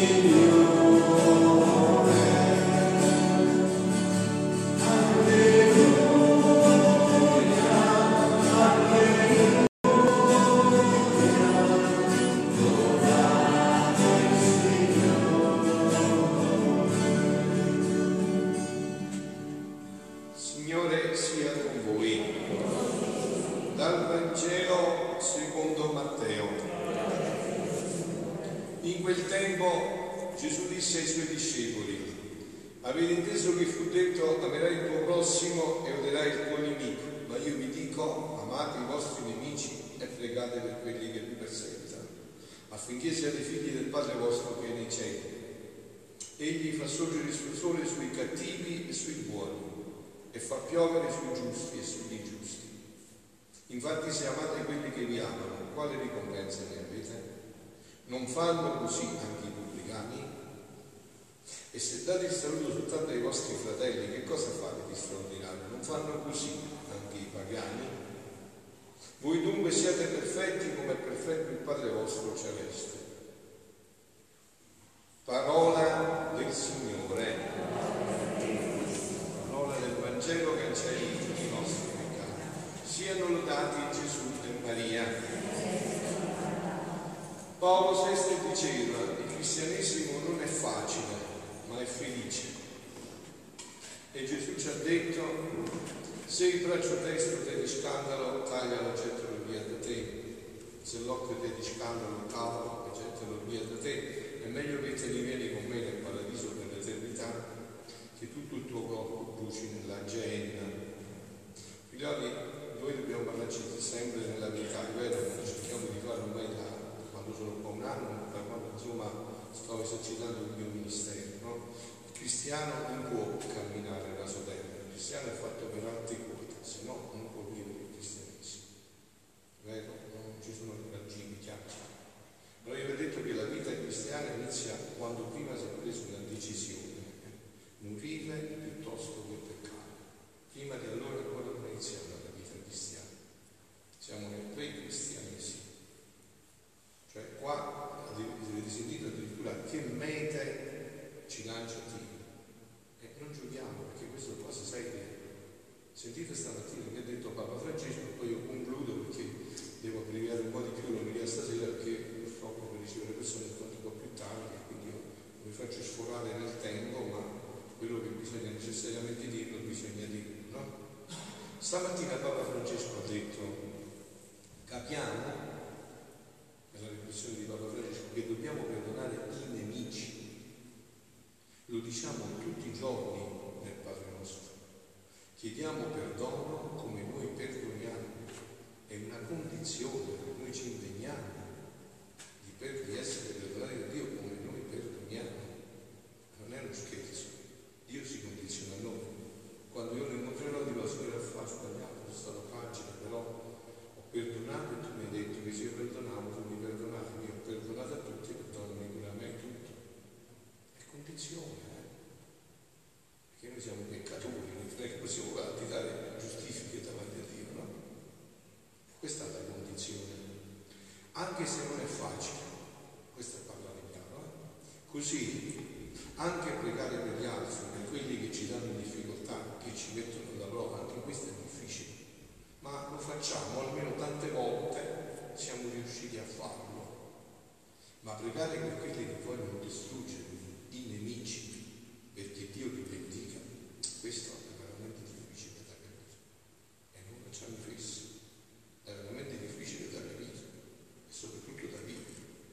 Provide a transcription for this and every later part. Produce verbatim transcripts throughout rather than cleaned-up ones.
affinché siate figli del Padre vostro che è nei cieli. Egli fa sorgere il suo sole sui cattivi e sui buoni e fa piovere sui giusti e sugli ingiusti. Infatti se amate quelli che vi amano, quale ricompensa ne avete? Non fanno così anche i pubblicani? E se date il saluto soltanto ai vostri fratelli, che cosa fate di straordinario? Non fanno così anche i pagani? Voi dunque siate perfetti come è perfetto il Padre vostro celeste. Parola del Signore, parola del Vangelo cancelli tutti i nostri peccati. Siano lodati Gesù e Maria. Paolo sesto diceva: il cristianesimo non è facile, ma è felice. E Gesù ci ha detto: se il braccio destro te di scandalo, taglialo e gettalo via da te. Se l'occhio te di scandalo, cavalo e gettalo via da te. È meglio che te ne vieni con me nel paradiso per l'eternità, che tutto il tuo corpo bruci nella genna. Figlioli, noi dobbiamo parlarci sempre nella vita, è vero, noi cerchiamo di farlo ormai da quando sono un po' un anno, da quando insomma sto esercitando il mio ministero, no? Il cristiano non può camminare da soterra. Il cristiano è fatto per altre quote, se no non può vivere il cristianesimo. Vero? Non ci sono raggini chiari. Però io vi ho detto che la vita cristiana inizia quando prima si è preso una decisione, eh? morire piuttosto che peccare. Prima di allora ancora non è iniziata la vita cristiana. Siamo nel pre-cristianesimo. Cioè qua avete sentito addirittura che mete ci lancia Dio. E non giochiamo, perché questo qua si sa che sentite stamattina che ha detto Papa Francesco, poi io concludo perché devo abbreviare un po' di più l'omelia stasera, perché purtroppo per ricevere persone è un po' più tardi, quindi io non vi faccio sforare nel tempo, ma quello che bisogna necessariamente dirlo bisogna dirlo, no? Stamattina Papa Francesco ha detto: capiamo, nella riflessione di Papa Francesco, che dobbiamo perdonare i nemici. Lo diciamo tutti i giorni nel Padre nostro. Chiediamo perdono come noi perdoniamo. È una condizione, noi ci impegniamo di, per, di essere perdonati da Dio come noi perdoniamo. Non è uno scherzo. Dio si condiziona a noi. Quando io ne incontrerò dirò: Signore, ho sbagliato, sono stato facile, però ho perdonato e tu mi hai detto che se io perdonavo tu mi perdonavi. Io ho perdonato a tutti e perdonami pure a me tutto. È condizione, eh? Perché noi siamo peccatori, non è che possiamo dare giustifiche davanti a Dio, no? Questa è la condizione. Anche se non è facile, questo è parlare chiaro, eh? Così anche pregare per gli altri, per quelli che ci danno difficoltà, che ci mettono alla prova, anche questo è difficile, ma lo facciamo, almeno tante volte siamo riusciti a farlo. Ma pregare per quelli che vogliono distruggere, i nemici, perché Dio li bendica, questo è veramente difficile da capire. E non facciamo fessi, è veramente difficile da capire e soprattutto da vivere.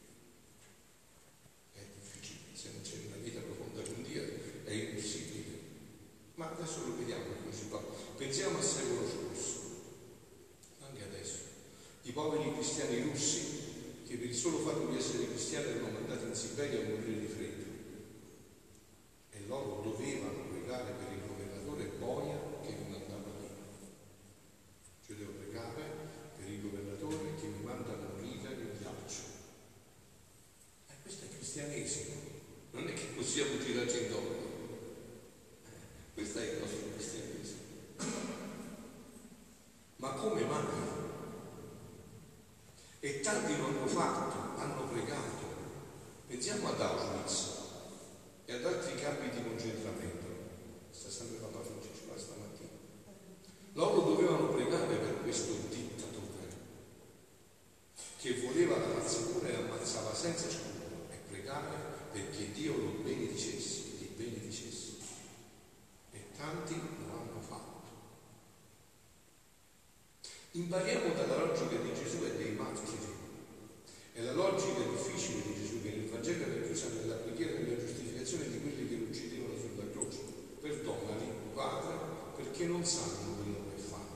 È difficile, se non c'è una vita profonda con Dio è impossibile. Ma adesso lo vediamo come si fa. Pensiamo al secolo scorso, anche adesso, i poveri cristiani russi che per il solo fatto di essere cristiani erano mandati in Siberia a morire di freddo. E loro dovevano pregare per il governatore Boia che non andava lì. Cioè devo pregare per il governatore che mi manda a morire nel ghiaccio. E questo è il cristianesimo. Non è che possiamo tirarci intorno. Questo è il nostro cristianesimo. Ma come mai? E tanti lo hanno fatto, hanno pregato. Pensiamo ad Auschwitz e ad altri campi di concentramento. Sta sempre Papa Francesco stamattina. Loro dovevano pregare per questo dittatore che voleva la razza pura e ammazzava senza scrupolo, e pregare perché Dio lo benedicesse, li benedicesse. E tanti lo hanno fatto. Impariamo dalla logica di Gesù e dei martiri. È la logica difficile di Gesù che nel Vangelo è chiusa nella preghiera e nella giustificazione di quelli che lo uccidevano sulla croce. Perdonali, Padre, perché non sanno quello che fanno.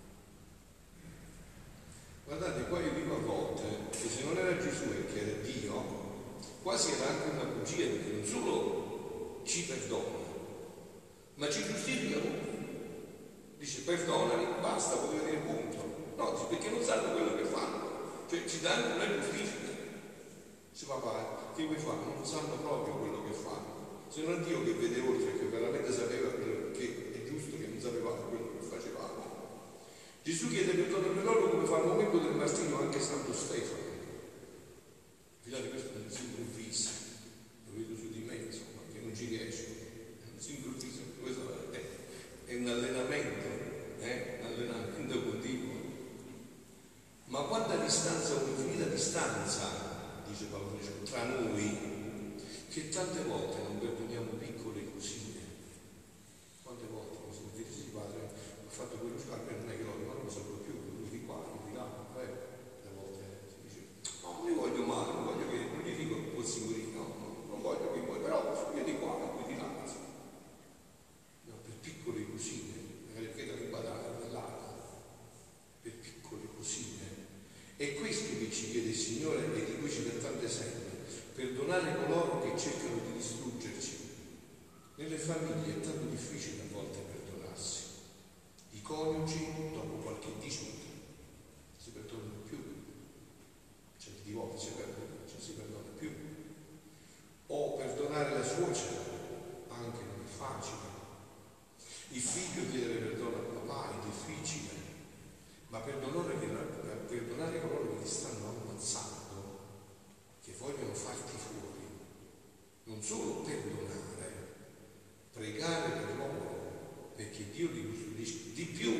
Guardate, qua io dico a volte che se non era Gesù e che era Dio, quasi era anche una bugia, perché non solo ci perdona, ma ci giustifica pure. Dice perdonali, basta, poteva dire punto. No, perché non sanno quello che fanno. Cioè ci danno una giustifica. Dice papà, che vuoi fare? Non sanno proprio quello che fanno. Se non Dio che vede oltre, che veramente sapeva quello che è giusto, che non sapevamo quello che facevamo. Gesù chiede perdono per loro come fa al momento del martirio anche Santo Stefano. Fidate, questo non si improvvisa, lo vedo su di me, insomma, che non ci riesco. Non si improvvisa, questo è, è un allenamento, eh? un allenamento continuo. Ma quanta distanza, un'infinita distanza, dice Paolo Francesco, tra noi, che tante volte non perdoniamo piccole cosine. Quante volte mi sentite, sì padre, ho fatto quello scarpe, non è che lo ma non lo saprò più, lui di qua, lui di là, eh, a volte si dice, no, non mi voglio male, non voglio che, non gli dico un signorino, no, no, non voglio che muoia, però io di qua, lui di là, no, per piccole cosine, magari che da ribadare dall'altro, per piccole cosine. È questo che ci chiede il Signore e di cui ci dà tante esempio, perdonare coloro che cercano di distruggerci. Nelle famiglie è tanto difficile a volte perdonarsi. I coniugi, dopo qualche disputa, si perdonano più. C'è il divorzio, non si perdona più. O perdonare la suocera, anche non è facile. Il figlio chiedere perdono al papà è difficile. Ma perdonare, perdonare coloro che ti stanno ammazzando, che vogliono farti fuori, non solo perdonare, pregare per loro, perché Dio li custodisce, di più,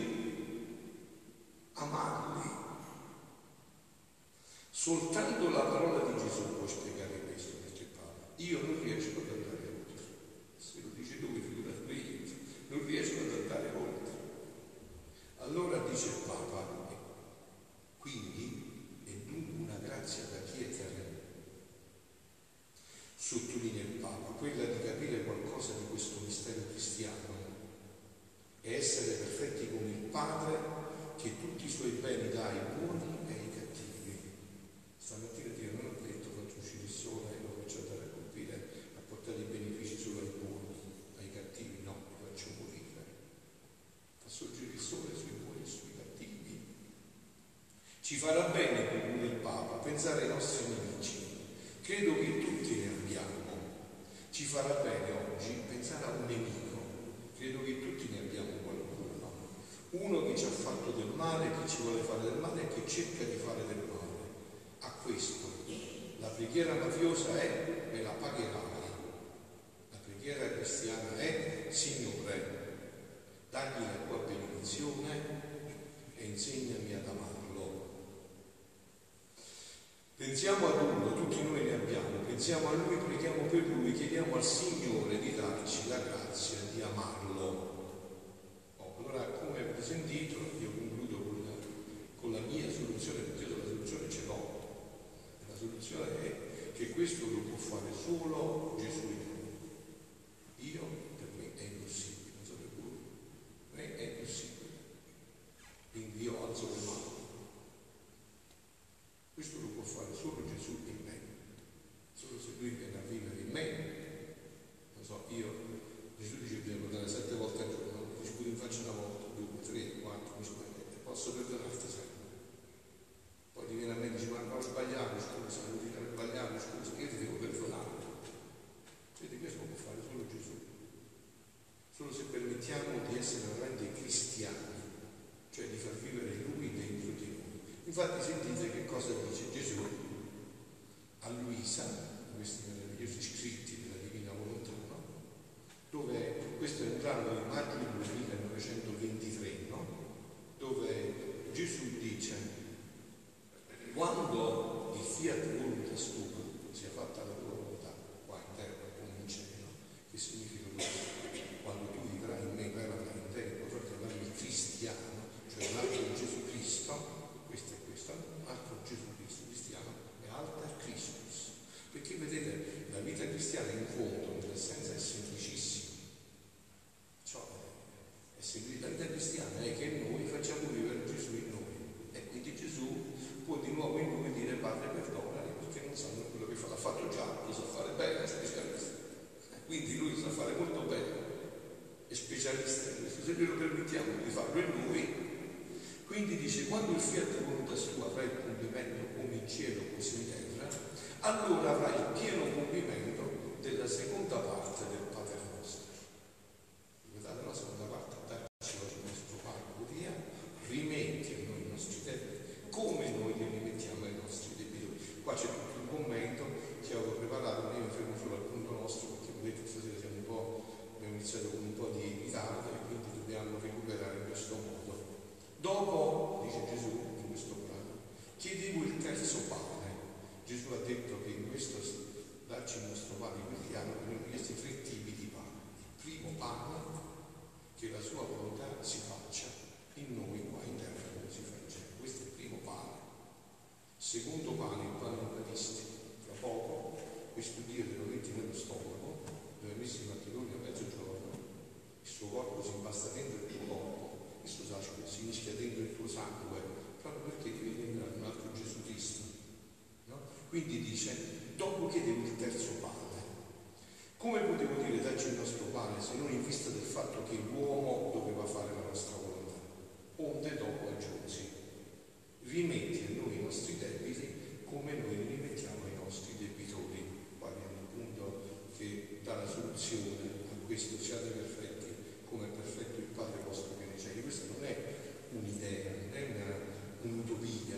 amarli. Soltanto la parola di Gesù può spiegare questo, perché Paolo, io non riesco ad andare oltre. Se lo dice lui, figurati io, non riesco ad andare oltre. Allora dice il Papa, quindi è dunque una grazia da chiedere, sottolinea il Papa, quella di capire qualcosa di questo mistero cristiano e essere perfetti come il Padre che tutti i suoi beni dà ai buoni e ai cattivi. Stamattina Dio non ha detto faccio uscire il sole e lo faccio andare a colpire, a portare i benefici solo ai buoni, ai cattivi no, li faccio morire. Fa sorgere il sole sui buoni e sui cattivi. Ci farà bene, conclude il Papa, pensare ai nostri nemici. Credo che tutti ne abbiamo. Ci farà bene oggi pensare a un nemico. Credo che tutti ne abbiamo qualcuno. Uno che ci ha fatto del male, che ci vuole fare del male e che cerca di fare del male. A questo la preghiera mafiosa è me la pagherai. La preghiera cristiana è Signore, dagli la tua benedizione e insegnami ad amarlo. Pensiamo ad uno, tutti noi ne abbiamo, pensiamo a lui, preghiamo per lui, chiediamo al Signore di darci la grazia di amarlo. Oh, allora, come avete sentito, io concludo con la, con la mia soluzione, perché io la soluzione ce l'ho. La soluzione è che questo lo può fare solo Gesù in noi. Io, per me, è impossibile, non so per voi, per me è impossibile. Quindi io alzo le mani. Questo lo può fare solo Gesù in me, solo se lui viene a vivere in me. Non so, io, Gesù dice che bisogna perdonare sette volte al giorno, ti scusi in faccia una volta, due, tre, quattro, mi scusi, e posso perdonarti sempre. Poi ti viene a me e dici, ma ho sbagliato, scusa, non ti ho sbagliato, scusa, io ti devo perdonare. Vedi, questo lo può fare solo Gesù. Solo se permettiamo di essere veramente cristiani, cioè di far vivere lui dentro di noi. Infatti sentite che cosa dice Gesù a Luisa, questi meravigliosi scritti della Divina Volontà, no? Dove questo è un brano di maggio del millenovecentoventitré, no? Dove Gesù dice: quando il fiat voluntas tua sia fatta la tua volontà, qua in terra come in cielo, che significa questo? Quando tu vivrai in me, poi avrai in te, potrai chiamare il cristiano, cioè un altro Gesù Cristo, questo è questo, un altro Gesù Cristo cristiano, è alter Christus. Perché vedete, la vita cristiana in fondo, in essenza, è semplicissima. Cioè, è semplice. La vita cristiana è che noi facciamo vivere Gesù in noi. E quindi Gesù può di nuovo in noi dire: Padre, perdonali, perché non sanno quello che fa. L'ha fatto già, lo sa fare bene, è specialista. Quindi lui sa fare molto bene, è specialista in questo. Se noi lo permettiamo di farlo in noi, quindi dice: quando il fiat voluntas tua avrà il compimento come in cielo così in terra, allora avrai il pieno compimento della seconda parte del Pater Nostro. Ricordate la seconda parte? Darci oggi il nostro pane quotidiano, rimetti a noi i nostri debiti come noi li rimettiamo ai nostri debitori. Qua c'è tutto un commento che avevo preparato, io mi fermo solo al punto nostro, perché vedete stasera siamo un po', abbiamo iniziato con un po' di ritardo e quindi dobbiamo recuperare in questo modo. Dopo, dice Gesù in questo brano, chiedevo il terzo pane. Gesù ha detto che in questo darci il nostro pane quotidiano abbiamo questi tre tipi di pane. Il primo pane, che la sua volontà si faccia in noi qua in terra come si fa in cielo. Questo è il primo pane. Il secondo pane, il pane eucaristico. Fra poco questo Dio te lo metti nello stomaco, dove messo in matrimonio a mezzogiorno, il suo corpo si impasta dentro il tuo corpo, questo sacco si mischia dentro il tuo sangue, proprio perché devi diventare un altro Gesù Cristo. No? Quindi dice: dopo chiedevo il terzo pane. Come potevo dire dacci il nostro pane se non in vista del fatto che l'uomo doveva fare la nostra volontà? Onde dopo aggiunsi: rimetti a noi i nostri debiti come noi li rimettiamo ai nostri debitori. Qua viene il punto che dà la soluzione a questo: siate perfetti come è perfetto il Padre vostro che è nei cieli. Questa non è un'idea, non è una, un'utopia,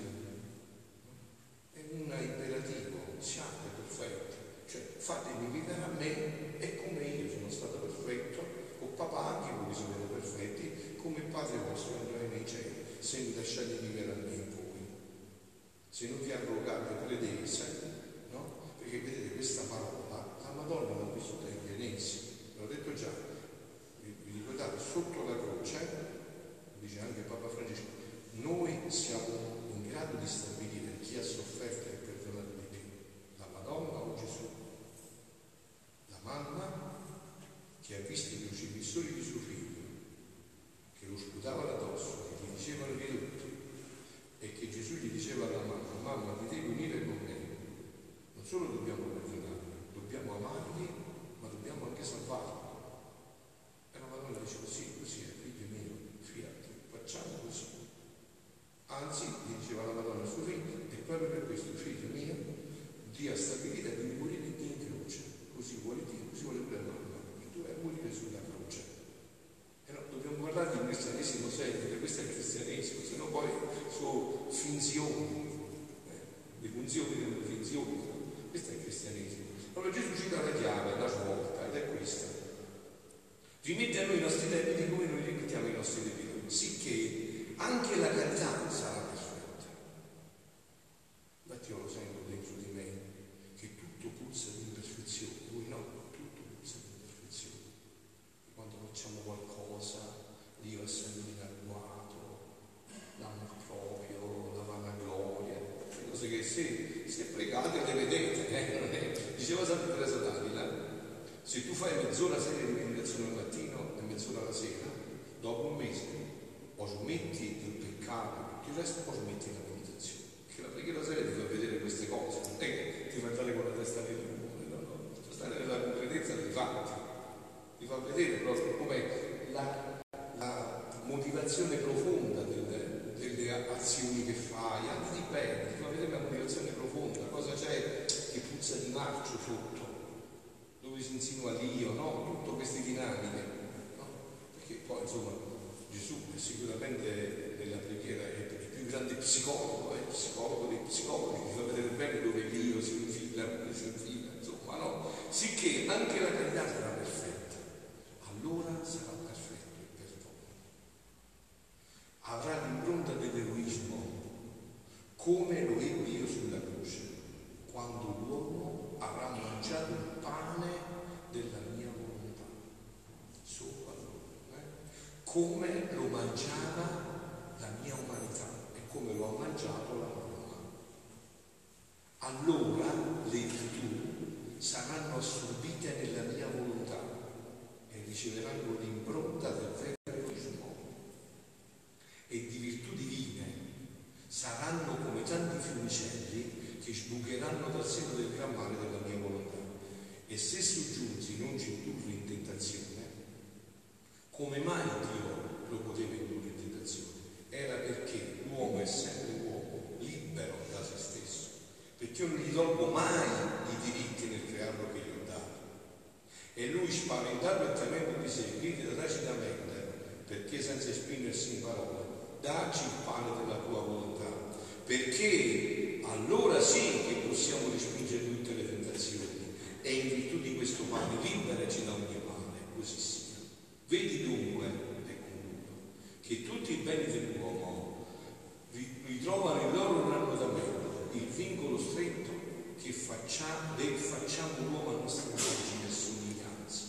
è un imperativo: siate perfetti, cioè fatemi vivere a me e come io sono stato perfetto, o papà anche voi siete perfetti, come il Padre vostro che è nei cieli, se mi lasciate vivere a me in voi, se non vi arrogate pretese, no? Perché vedete questa parola, la Madonna l'ha vissuta in Genesi, l'ho detto già, vi, vi ricordate, sotto la croce, dice anche Papa Francesco, noi siamo in grado di stabilire chi ha sofferto e perdonato di più, la Madonna o Gesù? La mamma che ha visto i crocifissori di suo figlio, che lo sputavano addosso, che gli dicevano di tutto, e che Gesù gli diceva alla mamma: mamma, ti devi unire con me, non solo dobbiamo perdonarli, dobbiamo amarli, ma dobbiamo anche salvarli. E la Madonna diceva: sì, così è, figlio mio, fiat, facciamo così. Anzi, gli diceva la Madonna a suo figlio: e proprio per questo, figlio mio, Dio ha stabilito di morire in croce, così vuole Dio, così vuole pure la mamma, che tu vai a morire sulla croce. E no, dobbiamo guardare il cristianesimo sempre, questo è il cristianesimo, se no poi sono finzioni, eh, le funzioni delle finzioni, no? Questo è il cristianesimo. Allora Gesù ci dà la chiave, la svolta, ed è questa: rimette a noi i nostri debiti come noi rimettiamo i nostri debitori, sicché anche la carità sarà perfetta. Infatti io lo sento dentro di me che tutto puzza di imperfezione, voi no, tutto puzza di imperfezione. Quando facciamo qualcosa, Dio è sempre inagguato, l'amor proprio, la vanagloria, le cose che se, se pregate le vedete, eh? Non è? Diceva Santa Teresa d'Avila: se tu fai mezz'ora seria di meditazione al mattino e mezz'ora la sera, dopo un mese o smetti il peccato, tutto il resto, o smetti la meditazione. Perché la preghiera seria ti fa vedere queste cose, non è che ti fa andare con la testa nel rumore, no, no, ti fa stare nella concretezza dei fatti, ti fa vedere proprio come la, la motivazione profonda delle, delle azioni che fai, anche di bene, ti fa vedere la motivazione profonda, cosa c'è che puzza di marcio sotto, dove si insinua l'io, no? Tutte queste dinamiche, no? Perché poi insomma Gesù è sicuramente nella preghiera è il più grande psicologo, è il psicologo dei psicologi, ti fa vedere bene dove l'io si infila, come si infila, insomma, sicché anche la carità sarà perfetta, allora sarà perfetto il perdono. Avrà l'impronta dell'eroismo, come lo ebbi io sulla croce, quando l'uomo avrà mangiato il pane della mia volontà. Sopra l'uomo, eh? Come lo mangiava la mia umanità e come lo ha mangiato la Roma. Allora le virtù saranno assorbite nella mia volontà e riceveranno l'impronta del vero eroismo, e di virtù divine saranno come tanti fiumicelli che sbucheranno dal seno del gran mare della mia volontà. E se soggiunsi non ci indurre in tentazione, come mai Dio lo poteva indurre in tentazione? Era perché l'uomo è sempre uomo, libero da se stesso, perché io non gli tolgo mai i diritti nel crearlo che gli ho dato. E lui, spaventato e temendo di sé, grida tacitamente, perché senza esprimersi in parole, dacci il pane della tua volontà, perché allora sì che possiamo respingere tutte le tentazioni e in virtù di questo pane liberaci da ogni male, così sia. Vedi dunque, e concludo, che tutti i beni dell'uomo ritrovano il loro rannotamento, il vincolo stretto che facciamo, del facciamo l'uomo a nostra immagine e somiglianza.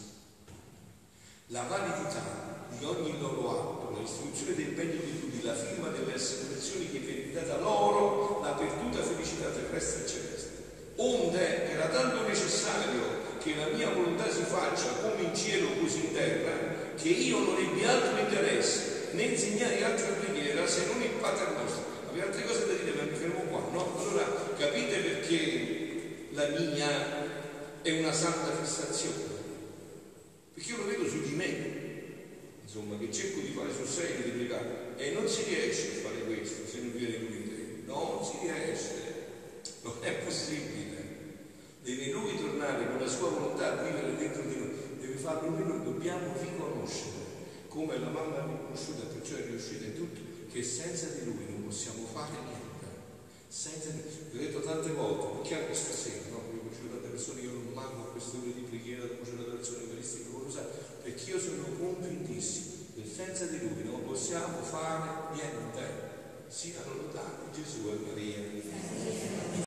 La validità di ogni loro atto, la istruzione dei beni veduti, la firma delle assicurazioni che viene data loro, la perduta felicità terrestre e celeste. Onde era tanto necessario che la mia volontà si faccia come in cielo così in terra, che io non ebbi altro interesse né insegnai altra preghiera se non il Pater nostro. Aveva altre cose da dire, ma mi fermo qua, no? Allora capite perché la mia è una santa fissazione, perché io lo vedo su di me, insomma, che cerco di fare sul serio, di pregare, e non si riesce a fare questo se non viene lui in te. Non si riesce, non è possibile. Deve lui tornare con la sua volontà a vivere dentro di noi, deve farlo lui, noi dobbiamo riconoscere, come la mamma ha riconosciuto, perciò è riuscita in tutto, che senza di lui non possiamo fare niente. Senza di lui, l'ho detto tante volte, perché anche stasera, no? Io conosco tante persone, io non manco a queste ore di preghiera, dopo c'è l'adorazione eucaristica, non lo sai, perché io sono convintissimo che senza di lui non possiamo fare niente. Siano lodati Gesù e Maria.